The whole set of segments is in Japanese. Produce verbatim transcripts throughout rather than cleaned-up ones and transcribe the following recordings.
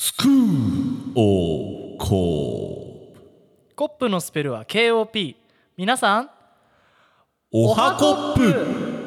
スクーオーコープ。 コップのスペルは ケーオーピー。 皆さんおはコップ。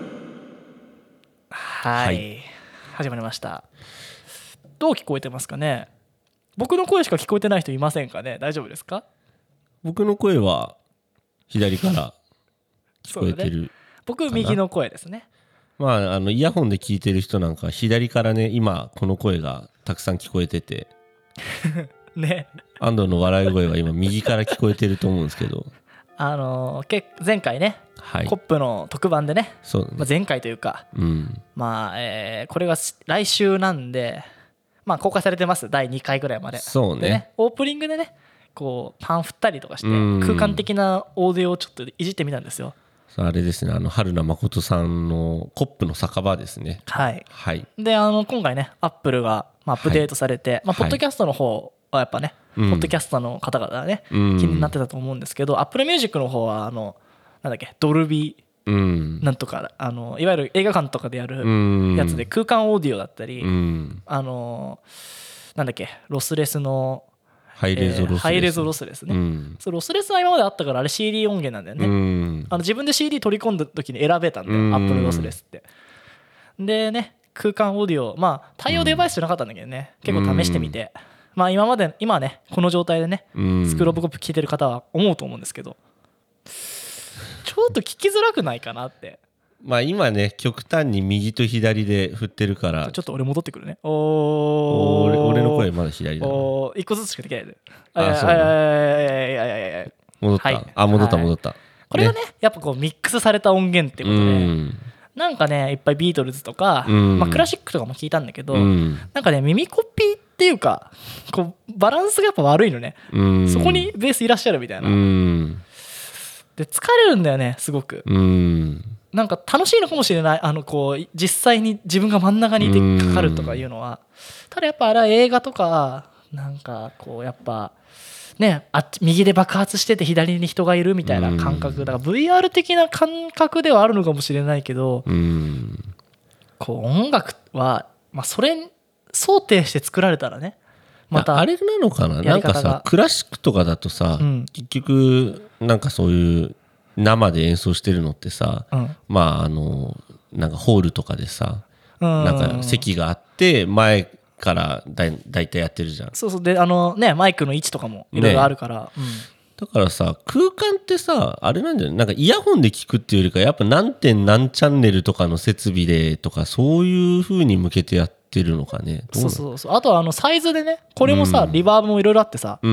はい、 はい、 始まりました。どう聞こえてますかね。僕の声しか聞こえてない人いませんかね。大丈夫ですか。 僕の声は左から聞こえてる、ね、 僕右の声ですね。 まあ、あのイヤホンで聞いてる人なんか左からね、今この声がたくさん聞こえててね、 安藤の笑い声は今右から聞こえてると思うんですけどあのー、前回ね、はい、コップの特番でね、そうね、まあ、前回というか、うん、まあ、えー、これが来週なんで、まあ、公開されてますだいにかいぐらいまで。 そうね。 でね、オープニングでね、こうパン振ったりとかして空間的なオーディオをちょっといじってみたんですよ。 あれですね、あの春名誠さんのコップの酒場ですね。 はい、 はい、 であの今回ね、アップルがアップデートされて、はい、まあ、ポッドキャストの方はやっぱね、はい、ポッドキャストの方々はね、うん、気になってたと思うんですけど、アップルミュージックの方はあのなんだっけ、ドルビーなんとか、あのいわゆる映画館とかでやるやつで空間オーディオだったり、うん、あのなんだっけ、ロスレスのハイレゾロスレス、えー、 ハイレゾロスレスね、うん、それロスレスは今まであったから、あれ シーディー 音源なんだよね、うん、あの自分で シーディー 取り込んだ時に選べたんだよ、うん、アップルロスレスって。でね、空間オーディオ、まあ対応デバイスじゃなかったんだけどね、結構試してみて、まあ今まで今ねこの状態でね、スクローブコップ聞いてる方は思うと思うんですけど、ちょっと聞きづらくないかなって。 まあ今ね、極端に右と左で振ってるから、 ちょっと俺戻ってくるね。お俺俺の声まだ左だな。 お一個ずつしかできないで。 あ、そうね。戻った、はい、あ、戻った戻った、はい、 これがね、やっぱこうミックスされた音源ってことで、うん、なんかねいっぱいビートルズとか、うん、まあ、クラシックとかも聞いたんだけど、うん、なんかね耳コピーっていうかこうバランスがやっぱ悪いのね、うん、そこにベースいらっしゃるみたいな、うん、で疲れるんだよねすごく、うん、なんか楽しいのかもしれない、あのこう実際に自分が真ん中にいてかかるとかいうのは。ただやっぱあれは映画とかなんかこうやっぱね、あっち右で爆発してて左に人がいるみたいな感覚だから ブイアール 的な感覚ではあるのかもしれないけど、こう音楽はまあそれ想定して作られたらね、 またあれなのかな、なんかさクラシックとかだとさ、うん、結局なんかそういう生で演奏してるのってさ、うん、まああのなんかホールとかでさ、うん、なんか席があって前からだい大体やってるじゃん。 そうそう、であのねマイクの位置とかもいろいろあるから、ね、うん、 だからさ空間ってさあれなんじゃない、なんかイヤホンで聞くっていうよりかやっぱ何点何チャンネルとかの設備でとかそういう風に向けてやってるのかね。どうなの？ そうそうそう、あとはあのサイズでね、これもさ、うん、リバーブもいろいろあってさ、うん、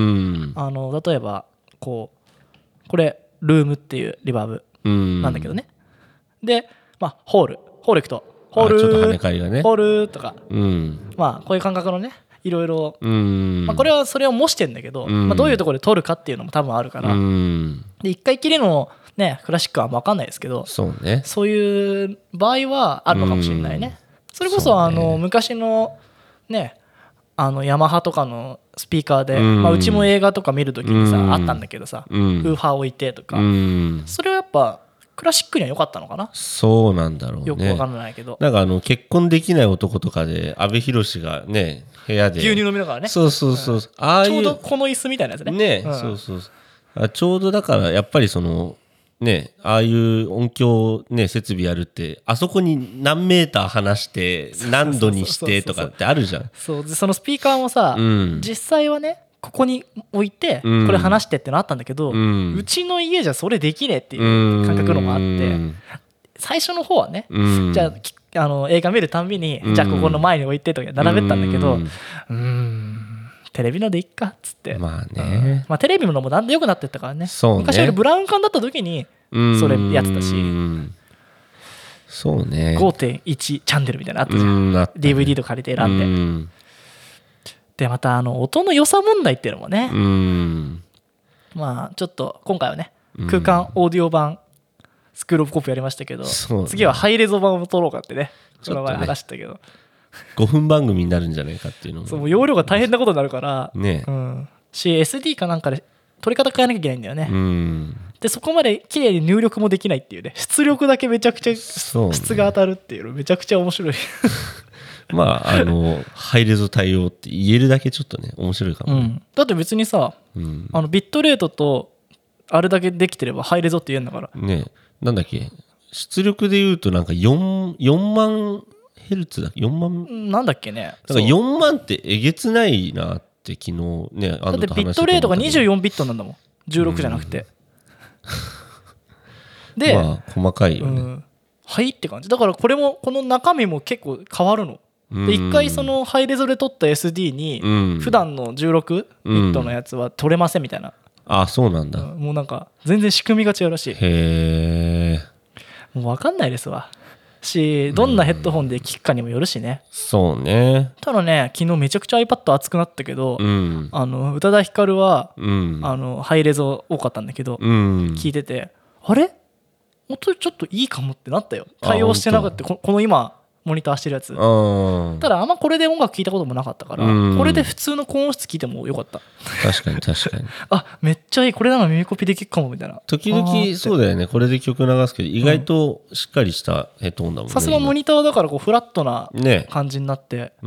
あの例えばこうこれルームっていうリバーブなんだけどね、うん、でまあホールホール行くとホールちょっと跳ね返りがね、 ホールとか、うん、まあこういう感覚のねいろいろ、まあ、これはそれを模してんだけど、まあ、どういうところで撮るかっていうのも多分あるから、で一回きりのねクラシックは分かんないですけど、 そうね、 そういう場合はあるのかもしれないね。それこそあの昔のねあのヤマハとかのスピーカーで、まあ、うちも映画とか見るときにさあったんだけどさ、ウーファー置いてとか、それはやっぱクラシックには良かったのかな。 そうなんだろうね。 よく分かんないけど、 なんかあの結婚できない男とかで阿部寛がね部屋で牛乳飲みながらね、 そうそうそう、うん、ああいうちょうどこの椅子みたいなやつね。 ね、うん、そうそうそう、あちょうどだからやっぱりそのね、ああいう音響ね設備やるってあそこに何メーター離して何度にしてとかってあるじゃん。 そうでそのスピーカーもさ、うん、実際はねここに置いてこれ離してってのあったんだけど、うん、うちの家じゃそれできねえっていう感覚のもあって、最初の方はね、うん、じゃあ、あの映画見るたんびに、うん、じゃあここの前に置いてとか並べたんだけど、うん、うーんテレビのでいっかっつって、 まあね、うんまあ、 テレビのもだんだん良くなってったからね。そうね、昔よりブラウン管だった時にそれやってたし、 そうねごてんいち チャンネルみたいなのあったじゃん、ね、ディーブイディー とか借りて選んで、うんでまたあの音の良さ問題っていうのもね、うん、まあちょっと今回はね空間オーディオ版スクールオブコップやりましたけど、ね、次はハイレゾ版を撮ろうかってねこの前話したけど、 ごふん番組になるんじゃないかっていうのも、 そうもう容量が大変なことになるから、ねうん、し エスディー かなんかで撮り方変えなきゃいけないんだよね、うん、でそこまで綺麗に入力もできないっていうね、出力だけめちゃくちゃ質が当たるっていうのめちゃくちゃ面白いまああのハイレゾ対応って言えるだけちょっとね面白いかもね、うん、 だって別にさ、うん、あのビットレートとあれだけできてればハイレゾって言えるんだからね。なんだっけ出力でいうとなんか 4, 4万ヘルツだよんまんなんだっけね。 だからよんまんってえげつないなって昨日ねあのだってビットレートがにじゅうよんビットなんだもんじゅうろくじゃなくて、 うん、でまあ細かいよね、うん、 はいって感じだからこれもこの中身も結構変わるので一回そのハイレゾで撮った エスディー に普段のじゅうろくビットのやつは撮れませんみたいな、 うん、あそうなんだ、 うん、もうなんか全然仕組みが違うらしい。 へえもう分かんないですわしどんなヘッドホンで聞くかにもよるしね、 うん、そうね。 ただね昨日めちゃくちゃ iPad 熱くなったけど、うん、あの宇多田ヒカルは、うん、あのハイレゾ多かったんだけど、うん、聞いててあれもっとちょっといいかもってなったよ。対応してなかったこの今モニターしてるやつ。ただあんまこれで音楽聴いたこともなかったから、うん、これで普通の高音質聴いてもよかった。 確かに確かにあめっちゃいいこれなら耳コピできるかもみたいな。 時々そうだよねこれで曲流すけど意外としっかりしたヘッドホンだもんね。 さすがモニターだからこうフラットな感じになって、ねうん、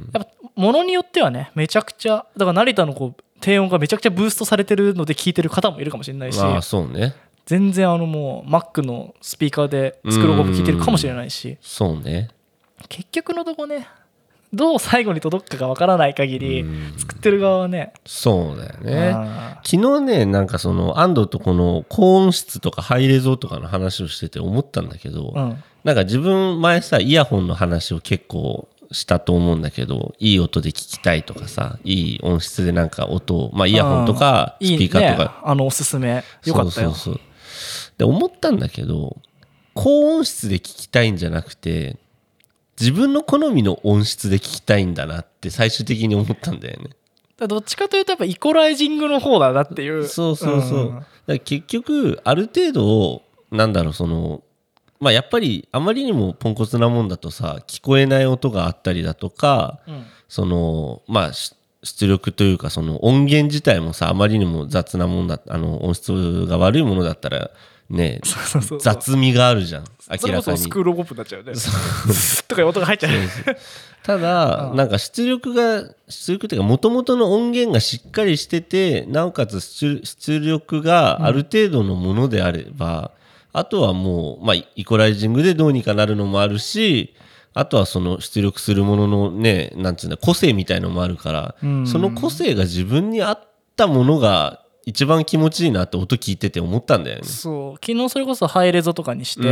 やっぱ物によってはねめちゃくちゃだから成田のこう低音がめちゃくちゃブーストされてるので聴いてる方もいるかもしれないし、 あそうね全然あのもう Mac のスピーカーでスクロール聴いてるかもしれないし、 そうね結局のとこねどう最後に届くかがわからない限り作ってる側はねそうだよね。昨日ねなんかその安藤とこの高音質とかハイレゾとかの話をしてて思ったんだけど、うん、なんか自分前さイヤホンの話を結構したと思うんだけどいい音で聞きたいとかさいい音質でなんか音をまあイヤホンとかスピーカーとか、 いいね、あのおすすめよかったよ。 そうそうそうで思ったんだけど高音質で聞きたいんじゃなくて自分の好みの音質で聞きたいんだなって最終的に思ったんだよね。 だどっちかというとやっぱイコライジングの方だなっていう。 そうそうそう、うん、だから結局ある程度なんだろうそのまあやっぱりあまりにもポンコツなもんだとさ聞こえない音があったりだとか、うん、そのまあ出力というかその音源自体もさあまりにも雑なもんだあの音質が悪いものだったらねそうそうそう雑味があるじゃん明らかに。それこそスクールポップになっちゃうねとか音が入っちゃうただなんか出力が出力っていうか元々の音源がしっかりしててなおかつ出力がある程度のものであれば、うん、あとはもう、まあ、イコライジングでどうにかなるのもあるしあとはその出力するもののねなんつうんだ個性みたいのもあるから、うん、その個性が自分に合ったものが一番気持ちいいなって音聞いてて思ったんだよね。 そう昨日それこそハイレゾとかにして、うん、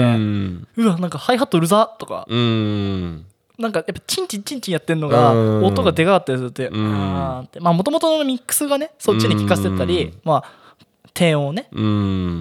うわなんかハイハットうるざとか、うん、なんかやっぱチンチンチンチンやってんのが、うん、音がでかかったりするって、うん、ってまあ元々のミックスがねそっちに聞かせてたり、うん、まあ低音をね、うん、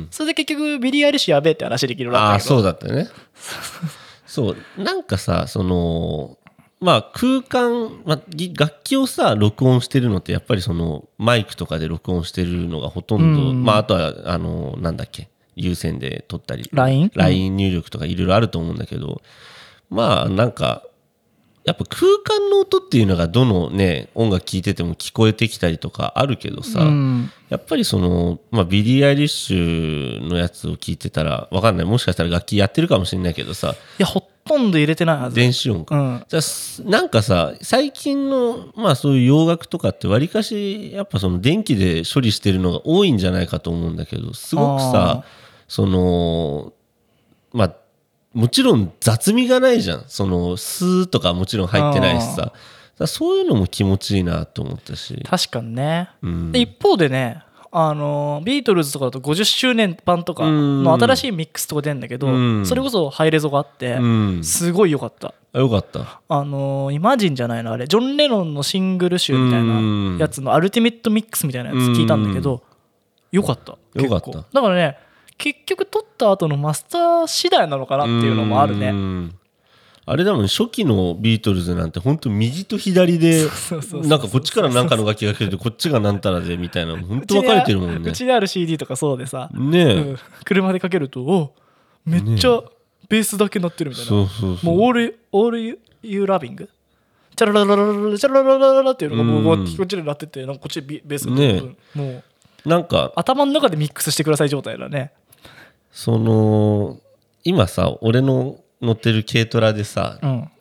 それで結局ビリー・アイリッシュやべえって話できるようになったけど。 あそうだったねそうなんかさそのまあ空間、まあ、楽器をさ録音してるのってやっぱりそのマイクとかで録音してるのがほとんど、うんまあ、あとはあのなんだっけ有線で撮ったりライン? ライン入力とかいろいろあると思うんだけど、まあなんかやっぱ空間の音っていうのがどのね音楽聴いてても聞こえてきたりとかあるけどさ、うん、やっぱりその、まあ、ビリー・アイリッシュのやつを聞いてたらわかんないもしかしたら楽器やってるかもしれないけどさいやほとんど入れてないはず電子音か、うん、じゃあなんかさ最近のまあそういう洋楽とかってわりかしやっぱその電気で処理してるのが多いんじゃないかと思うんだけどすごくさそのまあもちろん雑味がないじゃんそのスーとかもちろん入ってないしさだそういうのも気持ちいいなと思ったし確かにね、うん、で一方でねあのビートルズとかだとごじゅっしゅうねん版とかの新しいミックスとか出るんだけど、うん、それこそハイレゾがあって、うん、すごい良かったよかったあのイマジンじゃないのあれジョン・レノンのシングル集みたいなやつのアルティメットミックスみたいなやつ聞いたんだけど良かったよかっただからね結局撮った後のマスター次第なのかなっていうのもあるね。うんあれだもん初期のビートルズなんて本当右と左でなんかこっちから何かの楽器が来ててこっちが何たらでみたいな本当分かれてるもんね。 うちである シーディー とかそうでさ、ねえうん、車でかけるとおめっちゃベースだけ鳴ってるみたいな、ね、そうそうそうもうオールオールユーラビングチャララララララチャラララララっていうのがもうこっちで鳴っててなんかこっちでベースがねもうなんか頭の中でミックスしてください状態だね。 その今さ俺の乗ってる軽トラでさ、うん、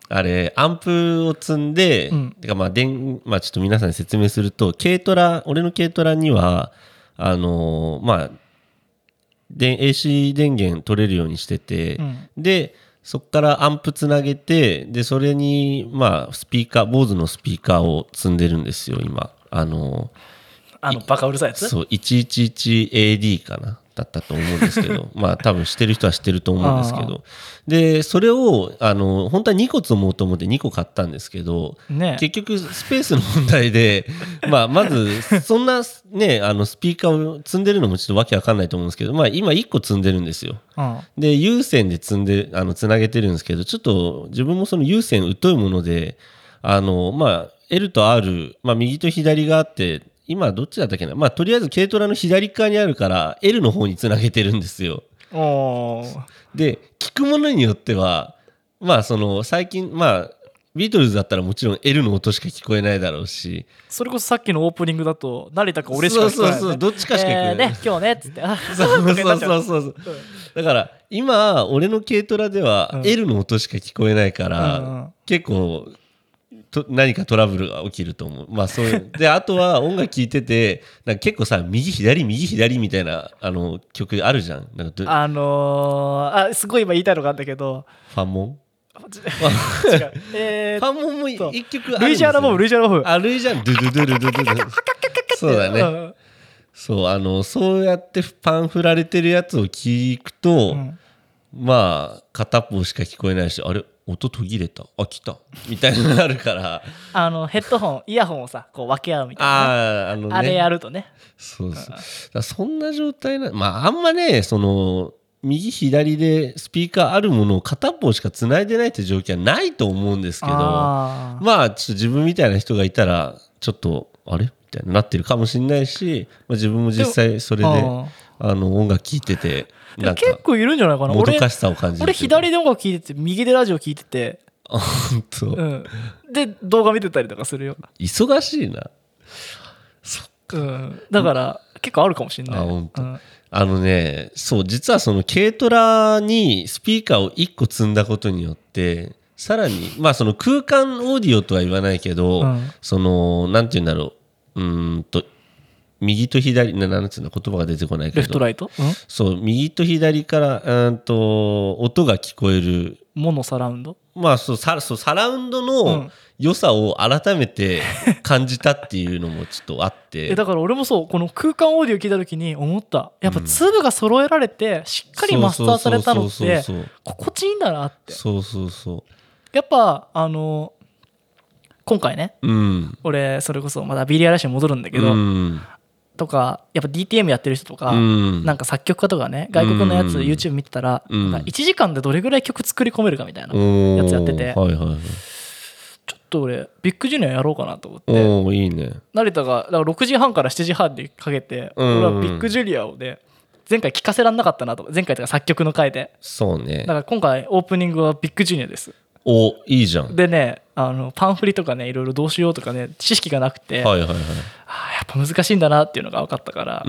あれアンプを積んで、うん、てかまあ電まあちょっと皆さんに説明すると、軽トラ俺の軽トラにはあのー、まあで エーシー 電源取れるようにしてて、うん、でそこからアンプつなげて、でそれにまあスピーカー ボーズ のスピーカーを積んでるんですよ今。あのあのバカうるさいやつ。 そう いちいちいちエーディー かなだったと思うんですけどまあ多分知ってる人は知ってると思うんですけど、でそれをあの本当はにこ積もうと思ってにこ買ったんですけど、ね、結局スペースの問題でまあまずそんなねあのスピーカーを積んでるのもちょっとわけわかんないと思うんですけど、まあ今いっこ積んでるんですよ。で有線で積んであのつなげてるんですけど、ちょっと自分もその有線疎いもので、あのまあ L と R、まあ、右と左があって、今どっちだったっけな、まあとりあえず軽トラの左側にあるから L の方につなげてるんですよ。で聞くものによってはまあその最近まあビートルズだったらもちろん L の音しか聞こえないだろうし、 それこそさっきのオープニングだと成田か俺しか聞こえない、ね、 そうそうそう、どっちかしか聞こえない、 えー、ね今日ねっつってそうそうそうそうそう、だから今俺の軽トラでは L の音しか聞こえないから、うん、結構と何かトラブルが起きると思う。まあそういうで、あとは音楽聴いててなんか結構さ右左右左みたいなあの曲あるじゃん。なんかあのー、あすごい今言いたいのがあったけど、 ファンモン違う、えー、 ファンモンも一曲あるんですよ。 ルイジアナボブルイジアナボブあルイジアナドゥドゥドゥルドゥドゥドゥそうだね。そうあのそうやってパン振られてるやつを聞くと、うん、まあ片っぽしか聞こえないし、あれ音途切れた、あ来たみたいになるからあのヘッドホンイヤホンをさこう分け合うみたいな、ね、あ, あ, のね、あれやるとね、 そうそう、だそんな状態な、まああんまねその右左でスピーカーあるものを片っぽしか繋いでないって状況はないと思うんですけど、あまあちょっと自分みたいな人がいたらちょっとあれみたいになってるかもしれないし、まあ、自分も実際それでああの音楽聴いててなんか結構いるんじゃないかな。 もどかしさを感じる。 俺左で音楽聴いてて右でラジオ聴いてて本当、うん、 で動画見てたりとかするよ。 忙しいな。 そっか、うん、だから結構あるかもしれない。あ本当、うん、あのねそう実はその軽トラにスピーカーをいっこ積んだことによってさらにまあその空間オーディオとは言わないけど、うん、そのなんて言うんだろう、うーんと右と左ななんつうの言葉が出てこないけどレフトライト、うん、 そう右と左からうんと音が聞こえるモノサラウンド、 まあそう サ, そうサラウンドの良さを改めて感じたっていうのもちょっとあってえだから俺もそうこの空間オーディオ聞いた時に思った、やっぱ粒が揃えられてしっかりマスターされたのって心地いいんだなって。 そうそうそうやっぱあの今回ね、うん、俺それこそまだビリー・アイリッシュに戻るんだけど、うんとかやっぱ ディーティーエム やってる人とか、うん、なんか作曲家とかね外国のやつ YouTube 見てたら、うん、なんかいちじかんでどれぐらい曲作り込めるかみたいなやつやってて、はいはいはい、ちょっと俺ビッグジュニアやろうかなと思って、 おいいね、 成田がだからろくじはんからしちじはんでかけて、うん、俺はビッグジュニアをね前回聴かせらんなかったなと、前回とか作曲の回で、 そうね、 だから今回オープニングはビッグジュニアです。 おいいじゃん。 でねあのパンフリとかねいろいろどうしようとかね知識がなくて、はいはいはい、あやっぱ難しいんだなっていうのが分かったから、うん、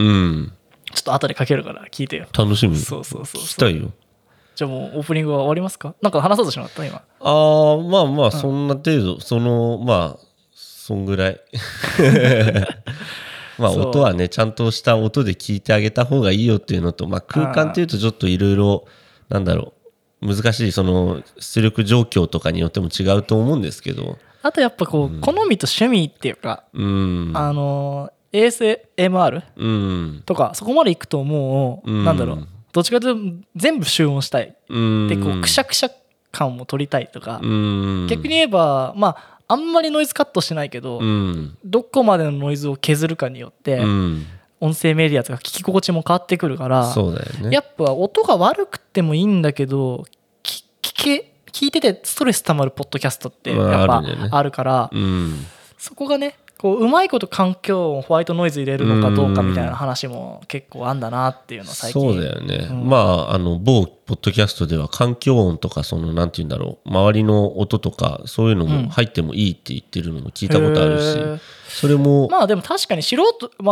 ちょっと後でかけるから聞いてよ。 楽しみ。 そうそうそうそう、聞きたいよ。 じゃあもうオープニングは終わりますか。なんか話そうとしなかった今。 ああまあまあそんな程度、うん、そのまあそんぐらいまあ音はねちゃんとした音で聞いてあげた方がいいよっていうのと、まあ、空間っていうとちょっといろいろなんだろう難しいその出力状況とかによっても違うと思うんですけど、 あとやっぱこう、うん、好みと趣味っていうか、うん、あの エーエスエムアール、うん、とかそこまでいくともう、うん、なんだろうどっちかというと全部集音したい、うん、でこうくしゃくしゃ感も取りたいとか、うん、逆に言えばまああんまりノイズカットしてないけど、うん、どこまでのノイズを削るかによって、うん、音声メディアとか聞き心地も変わってくるから、 そうだよね、 やっぱ音が悪くてもいいんだけど聞け聞いててストレス溜まるポッドキャストってやっぱあるから、うん、そこがねこううまいこと環境音ホワイトノイズ入れるのかどうかみたいな話も結構あんだなっていうのを最近。 そうだよね、うん、まああの某ポッドキャストでは環境音とかそのなんていうんだろう周りの音とかそういうのも入ってもいいって言ってるのも聞いたことあるし、うん、それもまあでも確かに素人まあ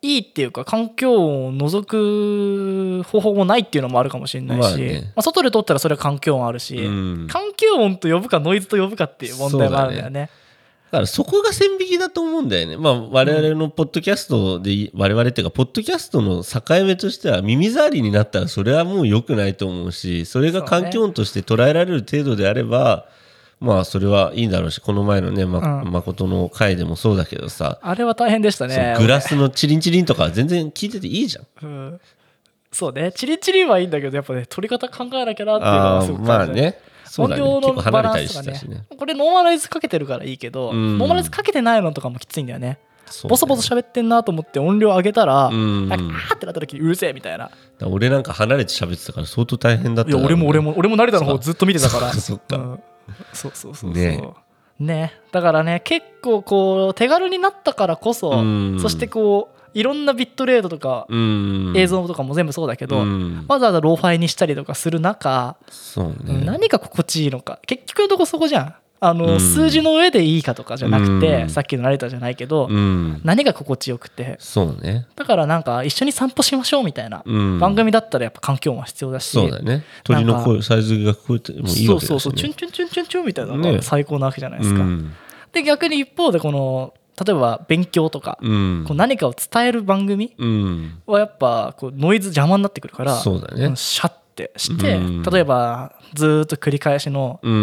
いいっていうか環境音を除く方法もないっていうのもあるかもしれないし、まあね、まあ、外で撮ったらそれは環境音あるし、うん、環境音と呼ぶかノイズと呼ぶかっていう問題もあるんだよね。 だからそこが線引きだと思うんだよね。まあ我々のポッドキャストで、うん、我々っていうかポッドキャストの境目としては耳障りになったらそれはもう良くないと思うし、それが環境音として捉えられる程度であれば、まあそれはいいんだろうし、この前のね、まうん、誠の回でもそうだけどさ、 あれは大変でしたね。 グラスのチリンチリンとか全然聞いてていいじゃん、 うん、そうね、チリンチリンはいいんだけど、やっぱね取り方考えなきゃなっていうのはすごく感じる。まあね、そうだね、音量のバランスがね、ね、これノーマライズかけてるからいいけど、うん、ノーマライズかけてないのとかもきついんだよね。ボソボソ喋ってんなと思って音量上げたら、うん、なんかあーってなった時にうるせえみたいな。 だ俺なんか離れて喋ってたから相当大変だった、ね、 いや俺も俺も俺も成田の方ずっと見てたからそっか、うん、 そうそうそうそうねね、だからね結構こう手軽になったからこそ、うん、そしてこういろんなビットレートとか、うん、映像とかも全部そうだけど、うん、わざわざローファイにしたりとかする中、 そうね、 何が心地いいのか、結局のとこそこじゃん。あの、うん、数字の上でいいかとかじゃなくて、うん、さっきの成田じゃないけど、うん、何が心地よくて、 そうね、 だからなんか一緒に散歩しましょうみたいな、うん、番組だったらやっぱ環境音は必要だし、 そうだね、鳥の声サイズが聞こえてもいいわけだし、ね、そうそうそう、 チュンチュンチュンチュンチュンみたいなのが最高なわけじゃないですか、ね、うん、で逆に一方でこの例えば勉強とか、うん、こう何かを伝える番組はやっぱこうノイズ邪魔になってくるから、 そうだね、 シャッてして、うん、例えばずっと繰り返しの、うん、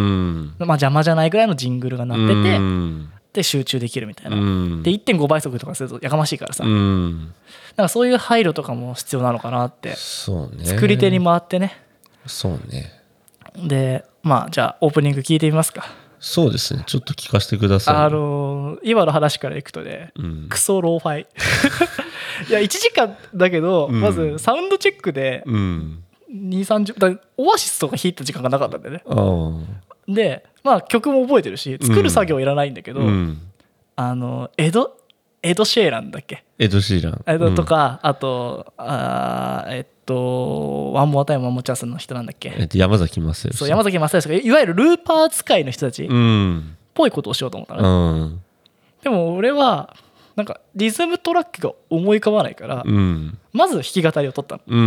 まあ、邪魔じゃないぐらいのジングルが鳴ってて、うん、で集中できるみたいな、うん、で いってんご 倍速とかするとやかましいからさ、うん、だからそういう配慮とかも必要なのかなって、 そうね、 作り手に回ってね、 そうね、 でまあじゃあオープニング聞いてみますか。 そうですね、ちょっと聞かせてください。 あのー、今の話からいくとね、うん、クソローファイいやいちじかんだけど、うん、まずサウンドチェックでにじゅう、さんじゅうだオアシスとか弾いた時間がなかったんだよね。でまあ曲も覚えてるし作る作業いらないんだけど、うん、あのエドエド・シェーランだっけ、 エド・シーラン、 エドとか、うん、あとあえっとワンモアタイムワンモアチャンスの人なんだっけ、 えっと、山崎正義、 そう山崎正義とかいわゆるルーパー使いの人たちっぽいことをしようと思ったの、ね、うん、でも俺はなんかリズムトラックが思い浮かばないから、うん、まず弾き語りを取ったの、うん、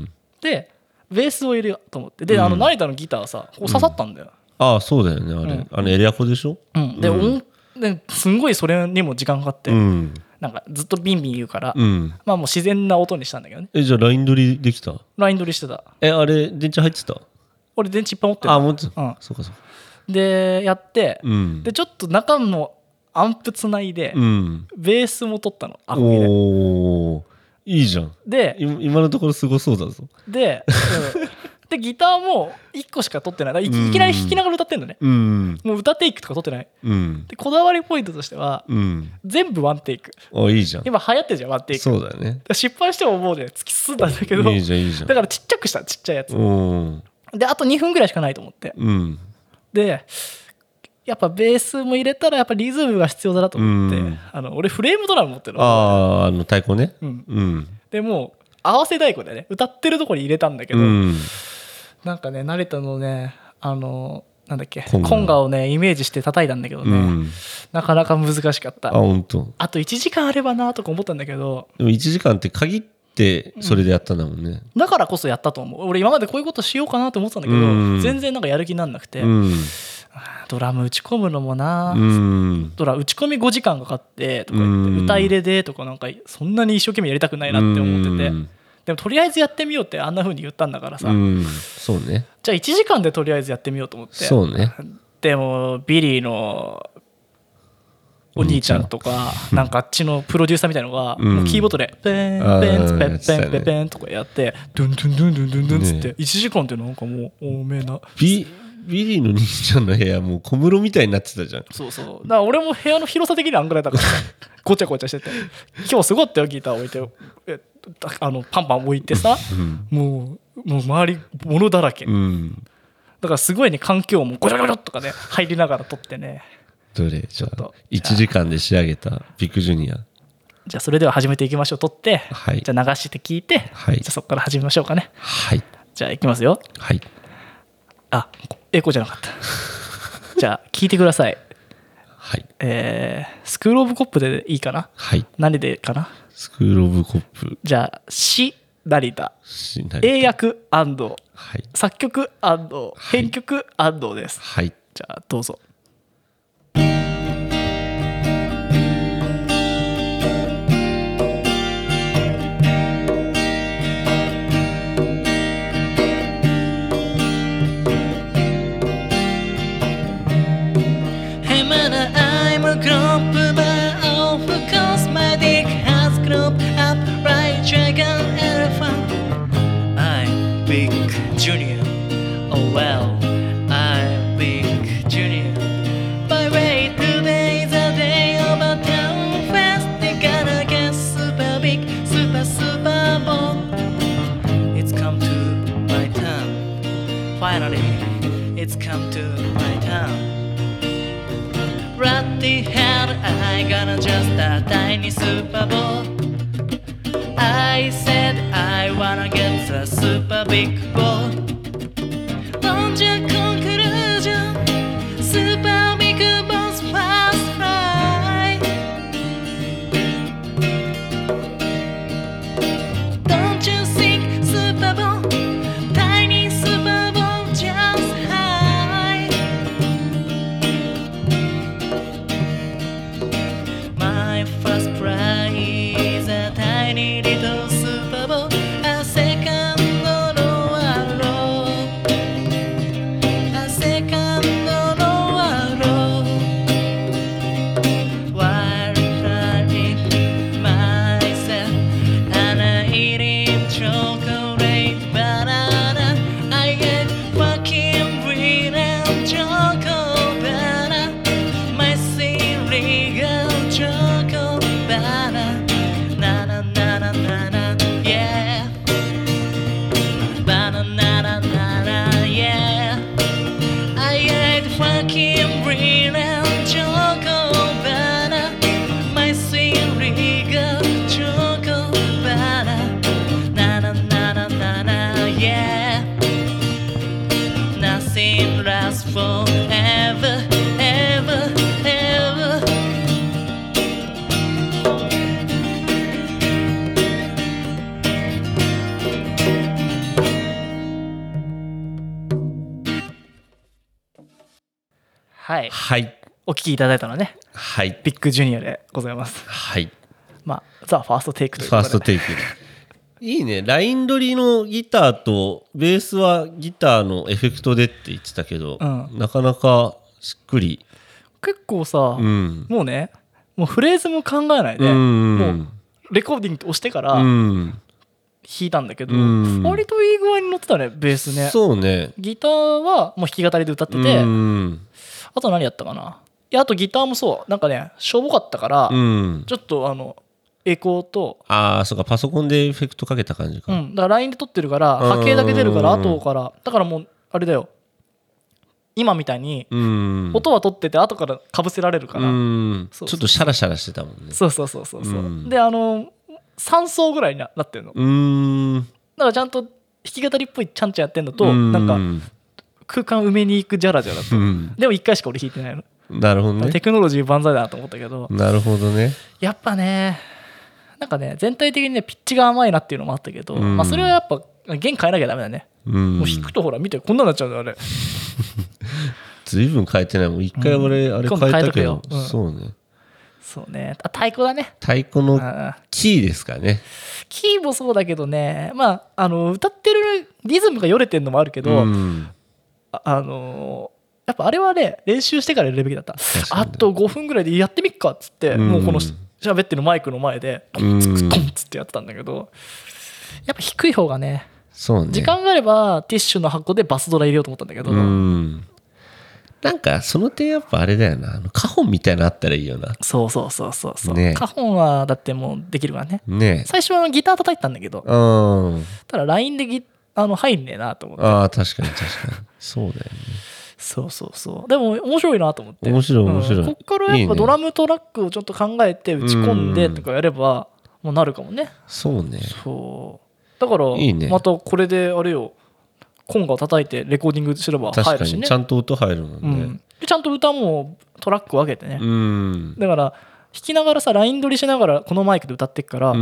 でベースを入れようと思って、で、うん、あの成田のギターさこう刺さったんだよ、 うん、ああそうだよねあれ、うん、あのエレアコでしょ、 うん、で、うん、ですんごいそれにも時間かかって、うん、なんかずっとビンビン言うから、うん、まあもう自然な音にしたんだけどね。 えじゃあライン取りできた？ ライン取りしてた。 えあれ電池入ってた？ 俺電池いっぱい持ってる。 あ持ってた、うん、そうかそうか。 でやって、うん、でちょっと中のアンプつないで、うん、ベースも取ったのアコギで。おいいじゃん。で今のところすごそうだぞ。 で、うんでギターもいっこしか取ってない、 い, いきなり弾きながら歌ってんのね、うん、もう歌テイクとか取ってない、うん、でこだわりポイントとしては、うん、全部ワンテイク。 おいいじゃん、 今流行ってるじゃんワンテイク。 そうだよね。 失敗してももうね突き進んだんだけど、 いいじゃんいいじゃん。 だからちっちゃくしたちっちゃいやつで、あとにふんぐらいしかないと思って、うん、でやっぱベースも入れたらやっぱリズムが必要だなと思って、うん、あの俺フレームドラム持ってるの。 ああの太鼓ね、うんうん、 でもう合わせ太鼓でね歌ってるところに入れたんだけど、うん、なんかね成田のねあのなんだっけコンガをねイメージして叩いたんだけどね、うん、なかなか難しかった。あ本当。 あといちじかんあればなとか思ったんだけど、 でもいちじかんって限ってそれでやったんだもんね、 うん、だからこそやったと思う。俺今までこういうことしようかなと思ってたんだけど、うん、全然なんかやる気になんなくて、うん、ドラム打ち込むのもな、うん、ドラ打ち込みごじかんかかってとか言って、うん、歌入れでとかなんかそんなに一生懸命やりたくないなって思ってて、うん、でもとりあえずやってみようってあんな風に言ったんだからさ、うん、 そうね。 じゃあいちじかんでとりあえずやってみようと思って。 そうね。 でもビリーのお兄ちゃんとかなんかあっちのプロデューサーみたいなのがもうキーボードでペンペンペンペンペンペンとかやってドゥンドゥンドゥンドゥンドゥンドゥンつっていちじかんってなんかもう多めな。 ビビリーの兄ちゃんの部屋もう小室みたいになってたじゃん。 そうそう。だから俺も部屋の広さ的にはあんぐらいだからごちゃごちゃしてて、今日すごいってよギター置いてえあのパンパン置いてさ、うん、もうもう周り物だらけ、うん、だからすごいね環境もゴチャゴチャとかね入りながら撮ってね。 どれじゃあいちじかんで仕上げたビッグジュニア。 じゃあそれでは始めていきましょう。撮って、はい、じゃあ流して聞いて、はい、じゃあそこから始めましょうかね。 はい。 じゃあいきますよ。 はい。 あエコーじゃなかったじゃあ聞いてください。 はい、 えー、スクールオブコップでいいかな。 はい、 何でかな。 スクールオブコップ。 じゃあし成田、英訳&、はい、作曲&、編曲&です。 はい、 じゃあどうぞ。 Junior, oh well, I'm Big Junior. By the way, today's a day of a town fest. They gotta get super big, super super bowl. It's come to my town. Finally, it's come to my town. What the hell? I gonna just a tiny super bowl. I said I wanna get the super big ball. Launch a conclusion, super big balls fast fly. Don't you think super ball, tiny super ball just high. My first prize, a tiny little super bowl, a second row, a second row. While trying myself and eating chocolate banana, I get fucking brilliant chocolate banana, my silly girl chocolate banana. Na na na na na na, yeah. Banana na na na, yeah. I ate fucking brilliant chocolate banana, my silly girl chocolate banana. Na na na na na na, yeah. Nothing lasts forever, ever, ever. はい、 はい、 お聞きいただいたのはね、 はい、 ビッグジュニアでございます。 はい。 まあザ・ファーストテイクということで、 ファーストテイク。いいね。ライン取りのギターとベースはギターのエフェクトでって言ってたけど、うん、なかなかしっくり。 結構さ、うん、もうね、もうフレーズも考えないで、 うん、 もうレコーディング押してから弾いたんだけど、うん、割といい具合に乗ってたね、ベースね。 そうね。 ギターはもう弾き語りで歌ってて、うん、あと何やったかな。いや、あとギターもそうなんかね、しょぼかったから、うん、ちょっとあのエコーと、 ああそうか、パソコンでエフェクトかけた感じか。 うん、だから ライン で撮ってるから波形だけ出るから、後からだからもうあれだよ、今みたいに音は取ってて後からかぶせられるから、うん、 そうそうそう、ちょっとシャラシャラしてたもんね。 そうそうそうそうそう、うん、であのさん層ぐらいになってるの。うーん、だからちゃんと弾き語りっぽいちゃんとやってんのと、なんか空間埋めに行くジャラジャラと、うん、でもいっかいしか俺弾いてないの。 なるほどね。 テクノロジー万歳だなと思ったけど。 なるほどね。 やっぱね、なんかね、全体的にねピッチが甘いなっていうのもあったけど、うん、まあそれはやっぱ弦変えなきゃダメだね。うん、もう弾くとほら見てこんなになっちゃうんだよあれ。 ずいぶん変えてないもん。一回俺、うん、あれ変えたけど、うん、そうね。 そうね。あ、太鼓だね。 太鼓のキーですかね。 キーもそうだけどね、まああの歌ってるリズムがよれてるのもあるけど、うん、あ, あのー。やっぱあれはね練習してからやるべきだった。あとごふんぐらいでやってみっかっつって、うん、もうこの喋ってるマイクの前でトンツクトンツってやってたんだけど、やっぱ低い方がね、 そうね、 時間があればティッシュの箱でバスドラ入れようと思ったんだけど、うん、 なんかその点やっぱあれだよな、あのカホンみたいなのあったらいいよな。 そうそうそうそうそう、ね、カホンはだってもうできるからね。 ね、 最初はギター叩いてたんだけど、うん、ただ ライン でギあの入んねえなと思って。 ああ確かに確かにそうだよね。 そうそうそう、でも面白いなと思って。 面白い面白い、うん、 こっからやっぱドラムトラックをちょっと考えて打ち込んでとかやればもうなるかもね。 そうね。 そうだからいい、ね、またこれであれよ、コンガを叩いてレコーディングすれば入るしね。 確かにちゃんと音入るもんね、 うん、でちゃんと歌もトラック分けてね、 うん、 だから弾きながらさライン取りしながらこのマイクで歌ってっから、うん、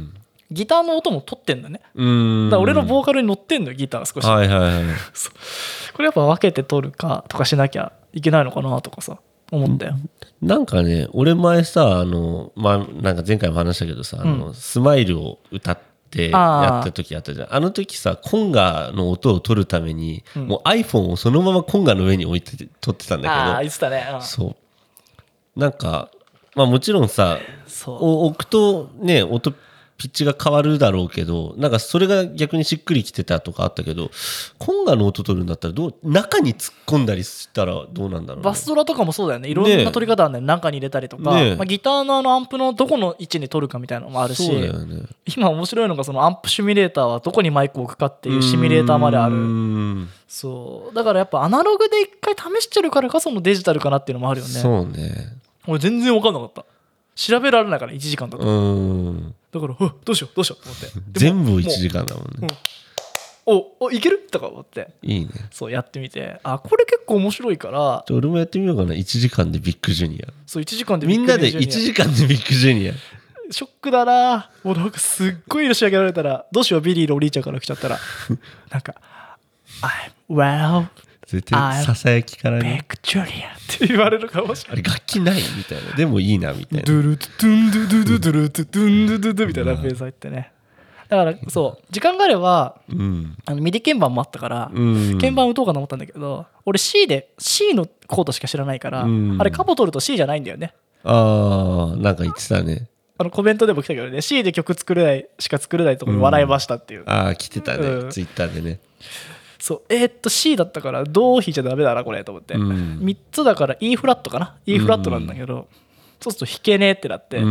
ギターの音も取ってんだね、うん、だから俺のボーカルに乗ってんのよギターが少し、はいはいはい、これやっぱ分けて取るかとかしなきゃいけないのかなとかさ思ったよ。 なんかね俺前さあの、まあ、なんか前回も話したけどさ、うん、あのスマイルを歌ってやった時あったじゃん。 あ, あの時さコンガの音を取るために、うん、もう iPhone をそのままコンガの上に置いて撮ってたんだけど、 ああ言ってたね、うん、 そうなんかまあもちろんさ置くとね音ピッチが変わるだろうけどなんかそれが逆にしっくりきてたとかあったけどコンガの音取るんだったらどう中に突っ込んだりしたらどうなんだろう、ね、 バスドラとかもそうだよねいろんな取り方あるんだよ、ね、中に入れたりとか、ねまあ、ギターのあのアンプのどこの位置に取るかみたいなのもあるし、そうだよね、今面白いのがそのアンプシミュレーターはどこにマイクを置くかっていうシミュレーターまである。そうだからやっぱアナログで一回試してるからこそのデジタルかなっていうのもあるよね。 そうね俺全然分かんなかった、調べられないからいちじかんだと、うんだからどうしようどうしようと思って全部いちじかんだもんね、 うん、おおいけるとか思っていいねそうやってみてあこれ結構面白いから俺もやってみようかないちじかんでビッグジュニアそういちじかんでビッグジュニアみんなでいちじかんでビッグジュニアショックだなもうなんかすっごい色仕上げられたらどうしようビリーのお兄ちゃんから来ちゃったらなんか I'm well 絶対ささやきからねビッグジュニアって言われるかもしれない。 あれ楽器ないみたいなでもいいなみたいなドゥルトゥンドゥドゥドゥドゥルトゥドゥンドゥドゥドゥみたいなベース入ってね。だからそう時間があれば、うん、あのミディ鍵盤もあったから、うん、鍵盤打とうかと思ったんだけど俺 C で C のコードしか知らないから、うん、あれカポ取ると C じゃないんだよね。 ああなんか言ってたね。 あのコメントでも来たけどね C で曲作れないしか作れないところで笑いましたっていう、うん、 ああ来てたね、うん、ツイッターでね。 そうえー、っと C だったからどう弾いちゃダメだなこれと思って、うん、みっつだから E フラットかな E フラットなんだけど、うん、そうすると弾けねえってなって、うん、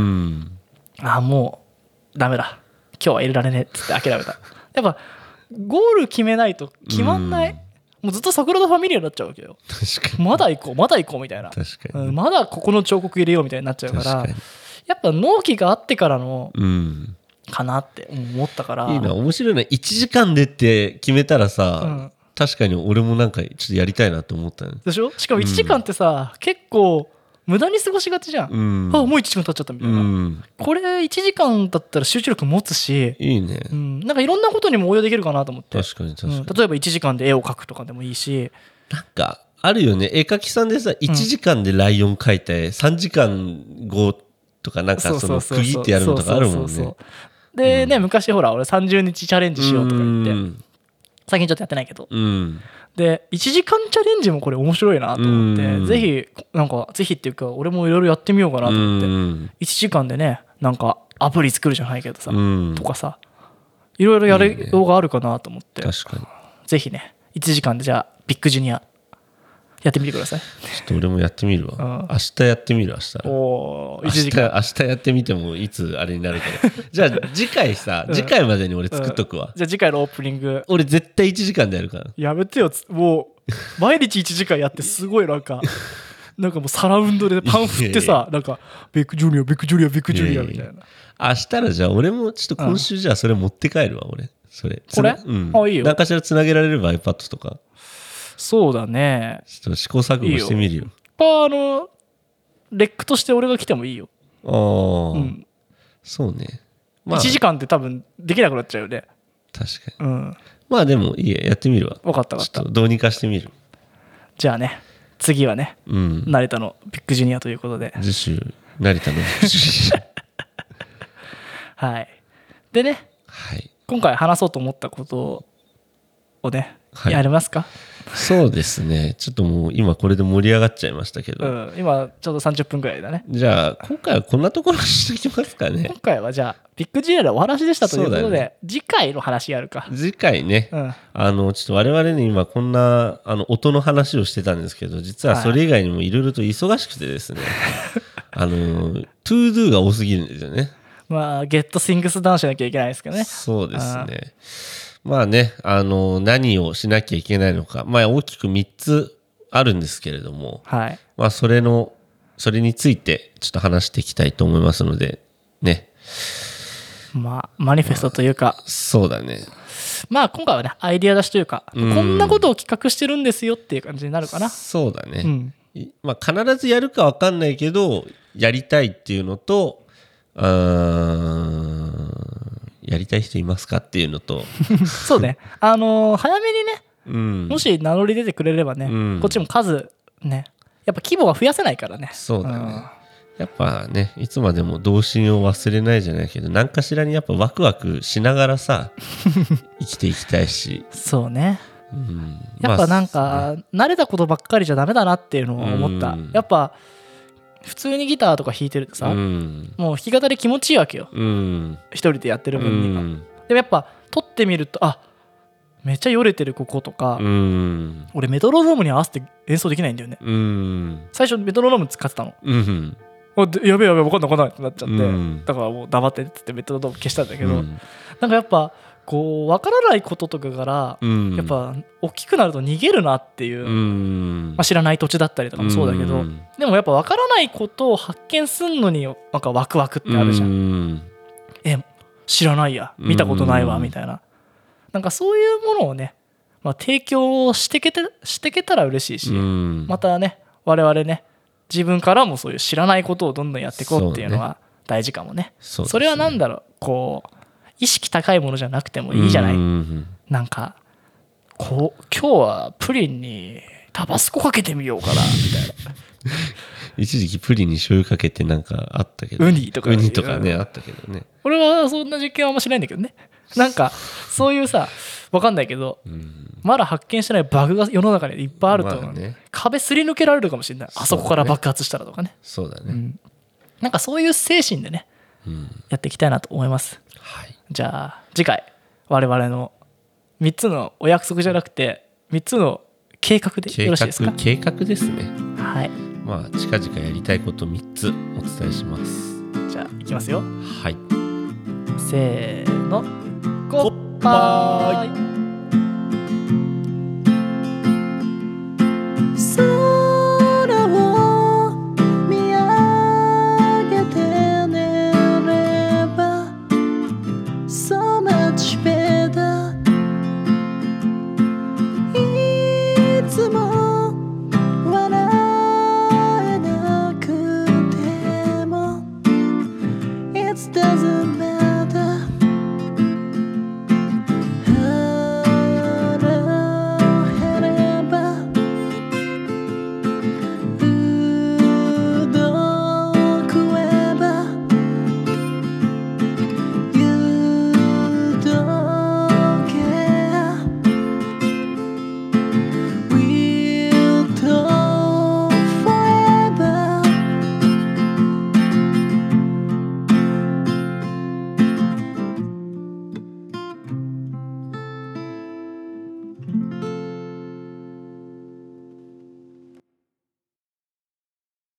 ああもうダメだ今日は入れられねえっつって諦めた。やっぱゴール決めないと決まんない、うん、もうずっと桜田ファミリアになっちゃうわけよ。 確かにまだ行こうまだ行こうみたいな確かに、うん、まだここの彫刻入れようみたいになっちゃうからやっぱ納期があってからの、うんかなって思ったからいいな面白いな。いちじかんでって決めたらさ、うん、確かに俺もなんかちょっとやりたいなって思ったねでしょ。しかもいちじかんってさ、うん、結構無駄に過ごしがちじゃん、うん、あもういちじかん経っちゃったみたいな、うん、これいちじかんだったら集中力持つしいいね、 うん、なんかいろんなことにも応用できるかなと思って。 確かに確かに、うん、 例えばいちじかんで絵を描くとかでもいいしなんかあるよね絵描きさんでさいちじかんでライオン描いてさんじかんごとかなんかその区切ってやるのとかあるもんね。 でね、うん、昔ほら俺さんじゅうにちチャレンジしようとか言って、うん、最近ちょっとやってないけど、うん、でいちじかんチャレンジもこれ面白いなと思って、うん、ぜひなんかぜひっていうか俺もいろいろやってみようかなと思って、うん、いちじかんでねなんかアプリ作るじゃないけどさ、うん、とかさいろいろやりようがあるかなと思って、 いいね、確かにぜひねいちじかんでじゃあビッグジュニアやってみてください。ちょっと俺もやってみるわ、うん、明日やってみる明日お明日明日やってみてもいつあれになるけどじゃあ次回さ、うん、次回までに俺作っとくわ、うん、 じゃあ次回のオープニング俺絶対いちじかんでやるからやめてよもう毎日いちじかんやってすごいなんかなんかもうサラウンドでパン振ってさなんかビッグジュニアビッグジュニアビッグジュニアみたいな。 明日らじゃあ俺もちょっと今週じゃあそれ持って帰るわ俺それこれ、 うん、 あいいよ何かしらつなげられれば iPad とかそうだねちょっと試行錯誤してみるよ。 あのレックとして俺が来てもいいよ。 ああ、うん、そうね、 まあ、いちじかんって多分できなくなっちゃうよね。 確かに、うん、まあでもいいややってみるわ。 分かった分かった。 ちょっとどうにかしてみる。 じゃあね次はね、うん、成田のビッグジュニアということで次週成田のビッグジュニアはいでね、 はい、 今回話そうと思ったことをね、はい、やりますか。 そうですねちょっともう今これで盛り上がっちゃいましたけど、 うん、今ちょうどさんじゅっぷんくらいだね。 じゃあ今回はこんなところにしておきますかね。 今回はじゃあビッグジュニアでお話でしたということで、ね、次回の話やるか。 次回ね、うん、あのちょっと我々ね今こんなあの音の話をしてたんですけど実はそれ以外にもいろいろと忙しくてですね、はい、あのトゥードゥが多すぎるんですよね。 まあゲットシングスダウンしなきゃいけないですけどね。 そうですね。まあね、あの何をしなきゃいけないのか、まあ、大きくみっつあるんですけれども、 はい、 まあ、それのそれについてちょっと話していきたいと思いますのでね。 まあマニフェストというか、まあ、 そうだね。 まあ今回はねアイディア出しというか、うん、こんなことを企画してるんですよっていう感じになるかな。 そうだね、 うん、 まあ、必ずやるか分かんないけどやりたいっていうのと、あやりたい人いますかっていうのとそうね、あのー、早めにね、 うん、 もし名乗り出てくれればね、うん、こっちも数ねやっぱ規模は増やせないからね。 そうだね、うん、やっぱねいつまでも童心を忘れないじゃないけど何かしらにやっぱワクワクしながらさ生きていきたいしそうね、うん、やっぱなんか、まあね、慣れたことばっかりじゃダメだなっていうのを思った、うん、やっぱ普通にギターとか弾いてるとさ、うん、もう弾き語り気持ちいいわけよ、うん、一人でやってる分には、うん、でもやっぱ撮ってみるとあめっちゃよれてるこことか、うん、俺メトロノームに合わせて演奏できないんだよね、うん、最初メトロノーム使ってたの、うん、やべえやべえ分かんない分かんないってなっちゃって、うん、だからもう黙ってって言ってメトロノーム消したんだけど、うん、なんかやっぱこう分からないこととかから、うん、やっぱ大きくなると逃げるなっていう、うんまあ、知らない土地だったりとかもそうだけど、うん、でもやっぱ分からないことを発見すんのになんかワクワクってあるじゃん、うん、え知らないや見たことないわみたいな、なんかそういうものをね、まあ、提供してけてしてけたら嬉しいし、うん、またね我々ね自分からもそういう知らないことをどんどんやっていこうっていうのは大事かもね。 そ, ね それはなんだろうこう意識高いものじゃなくてもいいじゃない、うん、なんかこう今日はプリンにタバスコかけてみようかなみたいな一時期プリンに醤油かけてなんかあったけど、 ウニとかウニとかねあったけどね。 俺はそんな実験はあんましないんだけどね。なんかそういうさ分かんないけど、うん、まだ発見してないバグが世の中にいっぱいあると思う、まあね、壁すり抜けられるかもしれない、あそこから爆発したらとかね。 そうだね、 うん、なんかそういう精神でね、うん、やっていきたいなと思います、はい、じゃあ次回我々のみっつのお約束じゃなくてみっつの計画でよろしいですか。 計画ですね。 はい、 まあ近々やりたいことみっつお伝えします。 じゃあいきますよ。 はい、 せーのゴッバイ。空を見上げて寝れば So much better いつも笑えなくても It doesn't